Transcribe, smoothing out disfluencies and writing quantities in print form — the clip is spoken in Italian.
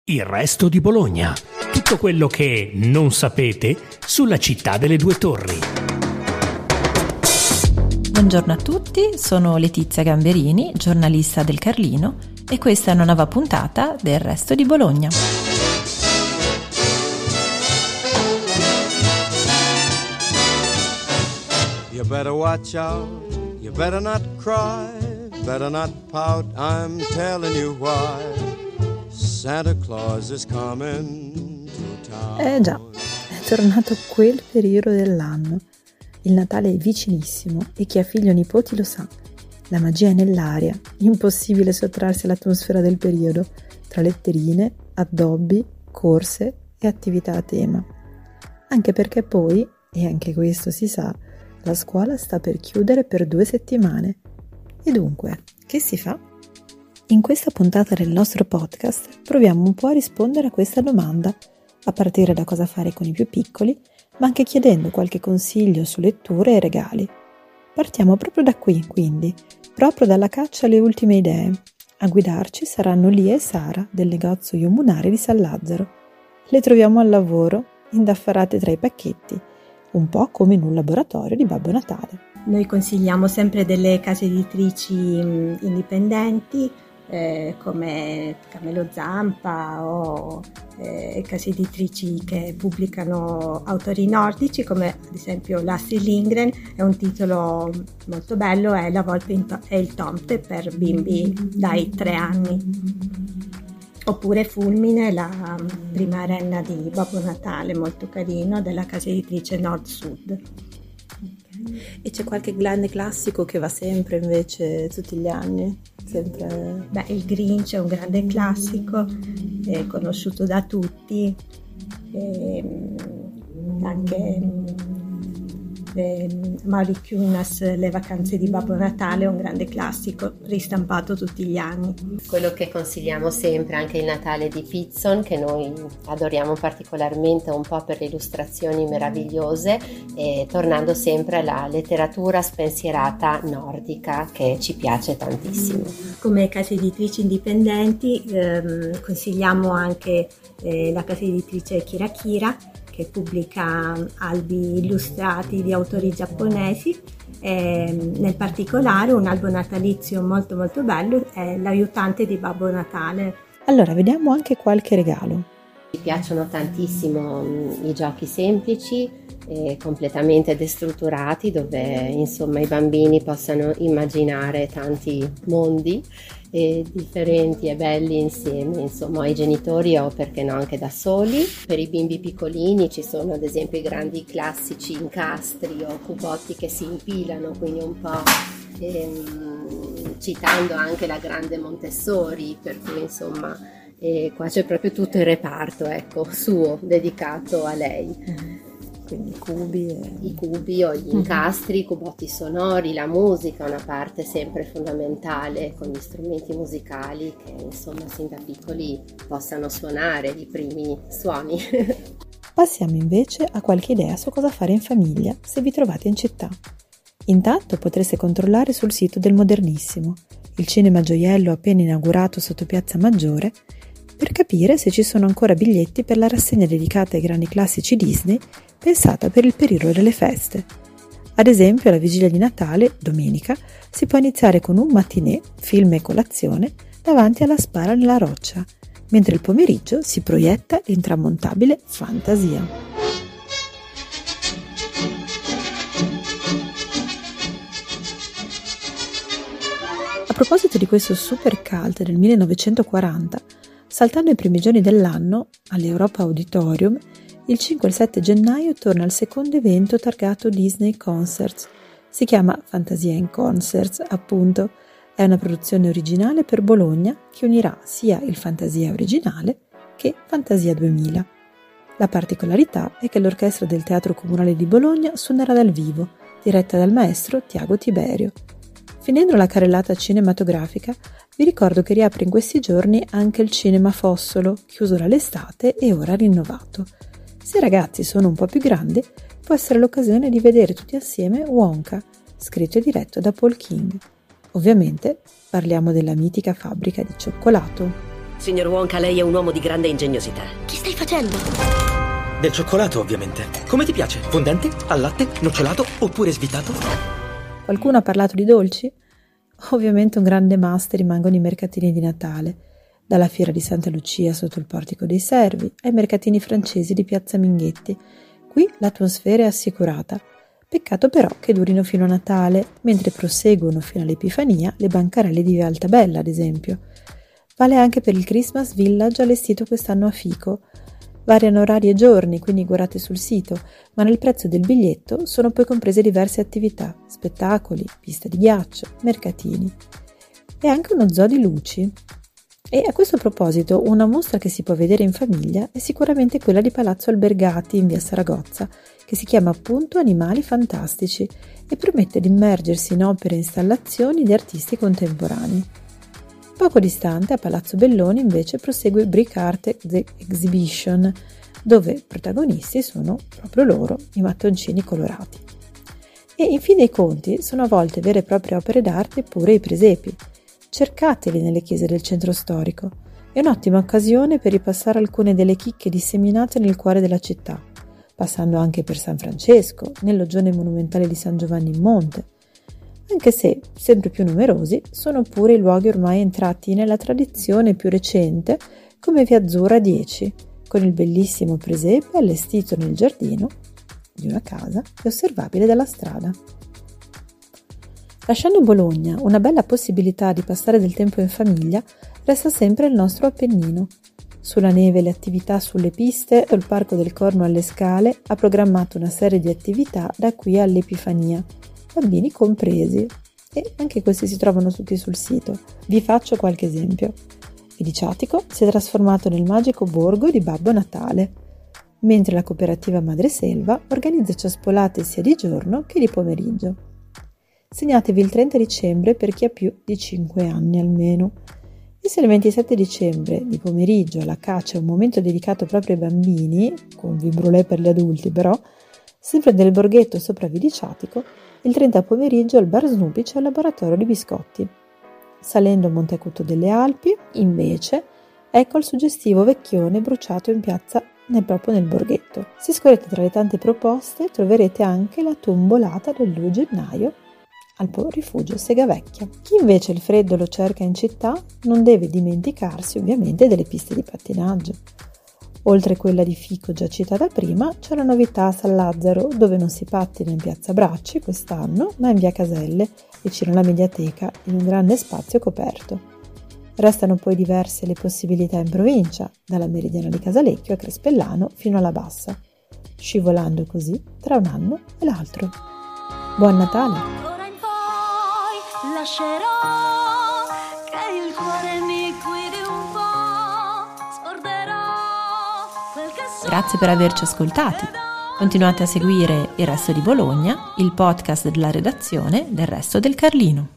Il resto di Bologna. Tutto quello che non sapete sulla città delle due torri. Buongiorno a tutti, sono Letizia Gamberini, giornalista del Carlino, e questa è una nuova puntata del Resto di Bologna. You better watch out, you better not cry, better not pout, I'm telling you why. Santa Claus is coming to town. Già, è tornato quel periodo dell'anno. Il Natale è vicinissimo e chi ha figli o nipoti lo sa. La magia è nell'aria, impossibile sottrarsi all'atmosfera del periodo, tra letterine, addobbi, corse e attività a tema. Anche perché poi, e anche questo si sa, la scuola sta per chiudere per 2 settimane. E dunque, che si fa? In questa puntata del nostro podcast proviamo un po' a rispondere a questa domanda, a partire da cosa fare con i più piccoli, ma anche chiedendo qualche consiglio su letture e regali. Partiamo proprio da qui, quindi, proprio dalla caccia alle ultime idee. A guidarci saranno Lia e Sara del negozio Iomunari di San Lazzaro. Le troviamo al lavoro, indaffarate tra i pacchetti, un po' come in un laboratorio di Babbo Natale. Noi consigliamo sempre delle case editrici indipendenti, come Camelo Zampa o case editrici che pubblicano autori nordici, come ad esempio l'Astrid Lindgren. È un titolo molto bello, è La Volpe e il Tomte per bimbi dai 3 anni. Oppure Fulmine, la prima renna di Babbo Natale, molto carino, della casa editrice Nord-Sud. E c'è qualche grande classico che va sempre invece tutti gli anni? Sempre... Beh, il Grinch è un grande classico, è conosciuto da tutti, anche Mauri Kunas, Le vacanze di Babbo Natale, è un grande classico, ristampato tutti gli anni. Quello che consigliamo sempre, anche il Natale di Pizzon, che noi adoriamo particolarmente un po' per le illustrazioni meravigliose, e tornando sempre alla letteratura spensierata nordica che ci piace tantissimo. Come case editrici indipendenti consigliamo anche la casa editrice Kira Kira, che pubblica albi illustrati di autori giapponesi. Nel particolare un albo natalizio molto molto bello è L'aiutante di Babbo Natale. Allora, vediamo anche qualche regalo. Mi piacciono tantissimo i giochi semplici, completamente destrutturati, dove insomma i bambini possano immaginare tanti mondi differenti e belli insieme, insomma, ai genitori o perché no anche da soli. Per i bimbi piccolini ci sono ad esempio i grandi classici incastri o cubotti che si impilano, quindi un po' citando anche la grande Montessori, per cui insomma qua c'è proprio tutto il reparto, ecco, suo, dedicato a lei. Quindi i cubi o gli incastri, i cubotti sonori, la musica, una parte sempre fondamentale, con gli strumenti musicali che insomma sin da piccoli possano suonare i primi suoni. Passiamo invece a qualche idea su cosa fare in famiglia se vi trovate in città. Intanto potreste controllare sul sito del Modernissimo, il cinema gioiello appena inaugurato sotto Piazza Maggiore, per capire se ci sono ancora biglietti per la rassegna dedicata ai grandi classici Disney pensata per il periodo delle feste. Ad esempio, alla vigilia di Natale, domenica, si può iniziare con un matinè, film e colazione, davanti alla Spara nella Roccia, mentre il pomeriggio si proietta l'intramontabile Fantasia. A proposito di questo super cult del 1940, saltando i primi giorni dell'anno, all'Europa Auditorium, il 5 e il 7 gennaio torna il secondo evento targato Disney Concerts. Si chiama Fantasia in Concerts, appunto. È una produzione originale per Bologna che unirà sia il Fantasia originale che Fantasia 2000. La particolarità è che l'orchestra del Teatro Comunale di Bologna suonerà dal vivo, diretta dal maestro Tiago Tiberio. Finendo la carrellata cinematografica, vi ricordo che riapre in questi giorni anche il Cinema Fossolo, chiuso dall'estate e ora rinnovato. Se i ragazzi sono un po' più grandi, può essere l'occasione di vedere tutti assieme Wonka, scritto e diretto da Paul King. Ovviamente parliamo della mitica fabbrica di cioccolato. Signor Wonka, lei è un uomo di grande ingegnosità. Che stai facendo? Del cioccolato, ovviamente. Come ti piace? Fondente? Al latte? Nocciolato? Oppure svitato? Qualcuno ha parlato di dolci? Ovviamente un grande must rimangono i mercatini di Natale, dalla fiera di Santa Lucia sotto il Portico dei Servi ai mercatini francesi di Piazza Minghetti. Qui l'atmosfera è assicurata. Peccato però che durino fino a Natale, mentre proseguono fino all'Epifania le bancarelle di Via Altabella, ad esempio. Vale anche per il Christmas Village allestito quest'anno a Fico. Variano orari e giorni, quindi guardate sul sito, ma nel prezzo del biglietto sono poi comprese diverse attività, spettacoli, piste di ghiaccio, mercatini. E anche uno zoo di luci. E a questo proposito, una mostra che si può vedere in famiglia è sicuramente quella di Palazzo Albergati in via Saragozza, che si chiama appunto Animali Fantastici e permette di immergersi in opere e installazioni di artisti contemporanei. Poco distante, a Palazzo Belloni, invece, prosegue Brick Art Exhibition, dove protagonisti sono proprio loro, i mattoncini colorati. E in fin dei conti sono a volte vere e proprie opere d'arte pure i presepi. Cercateli nelle chiese del centro storico. È un'ottima occasione per ripassare alcune delle chicche disseminate nel cuore della città, passando anche per San Francesco, nel loggione monumentale di San Giovanni in Monte, anche se sempre più numerosi sono pure i luoghi ormai entrati nella tradizione più recente, come Via Azzurra 10, con il bellissimo presepe allestito nel giardino di una casa e osservabile dalla strada. Lasciando Bologna una bella possibilità di passare del tempo in famiglia, resta sempre il nostro Appennino. Sulla neve le attività sulle piste e il Parco del Corno alle Scale ha programmato una serie di attività da qui all'Epifania, bambini compresi, e anche questi si trovano tutti sul sito. Vi faccio qualche esempio. Idiciatico si è trasformato nel magico borgo di Babbo Natale, mentre la cooperativa Madreselva organizza ciaspolate sia di giorno che di pomeriggio. Segnatevi il 30 dicembre per chi ha più di 5 anni almeno. E se il 27 dicembre di pomeriggio alla caccia è un momento dedicato proprio ai bambini, con vibrolè per gli adulti però, sempre nel borghetto sopra Vidiciatico, il 30 pomeriggio al Bar Snoopy c'è il laboratorio di biscotti. Salendo Monte Acuto delle Alpi, invece, ecco il suggestivo vecchione bruciato in piazza proprio nel borghetto. Se scorrete tra le tante proposte troverete anche la tombolata del 2 gennaio al rifugio Segavecchia. Chi invece il freddo lo cerca in città non deve dimenticarsi ovviamente delle piste di pattinaggio. Oltre quella di Fico già citata prima, c'è la novità a San Lazzaro, dove non si pattina in piazza Bracci quest'anno, ma in via Caselle, vicino alla Mediateca, in un grande spazio coperto. Restano poi diverse le possibilità in provincia, dalla Meridiana di Casalecchio a Crespellano fino alla Bassa, scivolando così tra un anno e l'altro. Buon Natale! Lascerò che il cuore mi guidi un po', scorderò quel che sono. Grazie per averci ascoltati. Continuate a seguire Il Resto di Bologna, il podcast della redazione del Resto del Carlino.